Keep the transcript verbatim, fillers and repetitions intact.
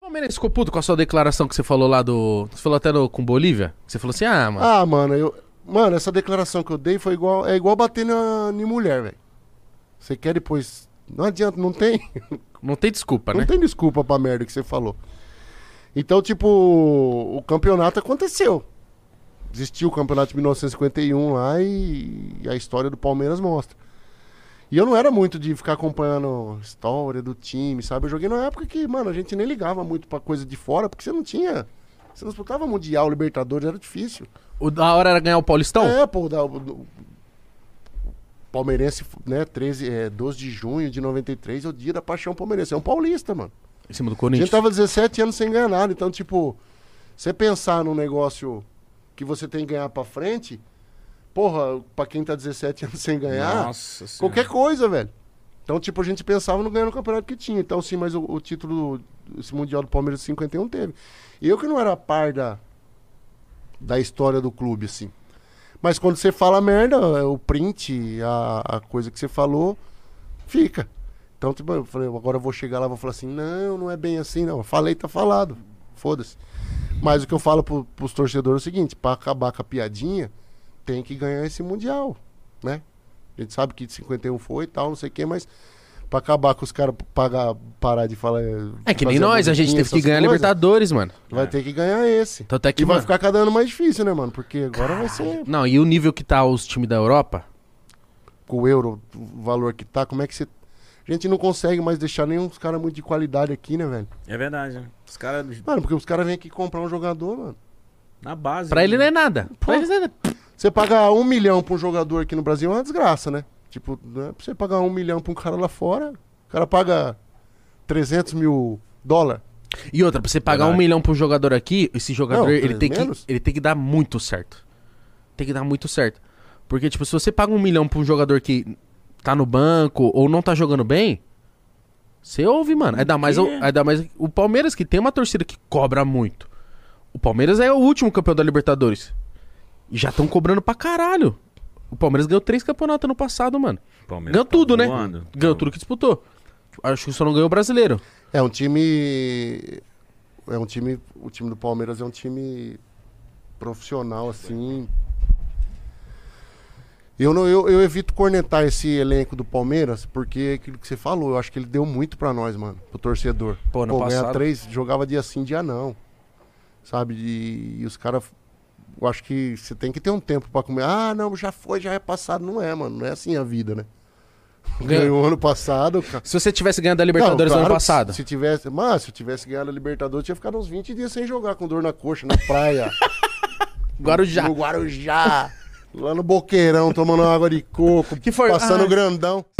Palmeiras ficou puto com a sua declaração que você falou lá do... Você falou até no, com Bolívia? Você falou assim, ah, mano... Ah, mano, eu... Mano, essa declaração que eu dei foi igual... É igual bater na, em mulher, velho. Você quer depois... Não adianta, não tem... Não tem desculpa, Não né? tem desculpa pra merda que você falou. Então, tipo, o campeonato aconteceu. Existiu o campeonato de mil novecentos e cinquenta e um lá e... e a história do Palmeiras mostra. E eu não era muito de ficar acompanhando a história do time, sabe? Eu joguei numa época que, mano, a gente nem ligava muito pra coisa de fora, porque você não tinha... Você não disputava Mundial, Libertadores, era difícil. O da hora era ganhar o Paulistão? É, pô, da, o, o palmeirense, né, treze, é, doze de junho de noventa e três é o dia da paixão palmeirense. É um paulista, mano. Em cima do A Corinthians. gente tava dezessete anos sem ganhar nada, então, tipo, você pensar num negócio que você tem que ganhar pra frente, porra, pra quem tá dezessete anos sem ganhar, Nossa Senhora. qualquer coisa, velho. Então, tipo, a gente pensava no ganhar no campeonato que tinha. Então, sim, mas o, o título, esse Mundial do Palmeiras de cinquenta e um teve. E eu que não era a par da, da história do clube, assim. Mas quando você fala merda, o print, a, a coisa que você falou, fica. Então, tipo, eu falei, agora eu vou chegar lá e vou falar assim, não, não é bem assim, não. Eu falei, tá falado. Foda-se. Mas o que eu falo pro, pros torcedores é o seguinte, pra acabar com a piadinha, tem que ganhar esse Mundial, né? A gente sabe que de cinquenta e um foi e tal, não sei o que, mas pra acabar com os caras pagar, parar de falar... É que nem fazer nós, a gente teve que essas ganhar a coisas, Libertadores, mano. vai É. ter que ganhar esse. Tanto é que, E vai mano, ficar cada ano mais difícil, né, mano? Porque agora vai ser... Não, e o nível que tá os times da Europa... Com o euro, o valor que tá, como é que você... A gente não consegue mais deixar nenhum dos caras muito de qualidade aqui, né, velho? É verdade, né? Os caras Mano, porque os caras vêm aqui comprar um jogador, mano. na base. Pra né? ele não é nada. Pra ele não é nada. Você pagar um milhão pra um jogador aqui no Brasil é uma desgraça, né? Tipo, não é pra você pagar um milhão pra um cara lá fora, o cara paga trezentos mil dólares. E outra, pra você pagar Verdade. um milhão pro jogador aqui, esse jogador, Não, ele, tem que, menos. ele tem que dar muito certo. Tem que dar muito certo. Porque, tipo, se você paga um milhão pra um jogador que tá no banco ou não tá jogando bem, você ouve, mano. Ainda mais, o, quê? ainda mais o Palmeiras, que tem uma torcida que cobra muito. O Palmeiras é o último campeão da Libertadores. E já estão cobrando pra caralho. O Palmeiras ganhou três campeonatos no passado, mano. Palmeiras Ganhou tá tudo, né? voando. Ganhou tudo que disputou. Acho que só não ganhou o brasileiro. É um time... É um time... O time do Palmeiras é um time profissional, assim... Eu, não, eu, eu evito cornetar esse elenco do Palmeiras, porque é aquilo que você falou, eu acho que ele deu muito pra nós, mano, pro torcedor. Pô, no ganhar passado- três, jogava dia sim, dia não. Sabe? E, e os caras... Eu acho que você tem que ter um tempo pra comer. Ah, não, já foi, já é passado. Não é, mano. Não é assim a vida, né? Ganhou ano passado. ca- Se você tivesse ganhado a Libertadores Não, no ano claro, passado. Se tivesse, mas se eu tivesse ganhado a Libertadores, eu tinha ficado uns vinte dias sem jogar, com dor na coxa, na praia. Guarujá. No Guarujá. Lá no Boqueirão, tomando água de coco. Que foi- Passando Ah. grandão.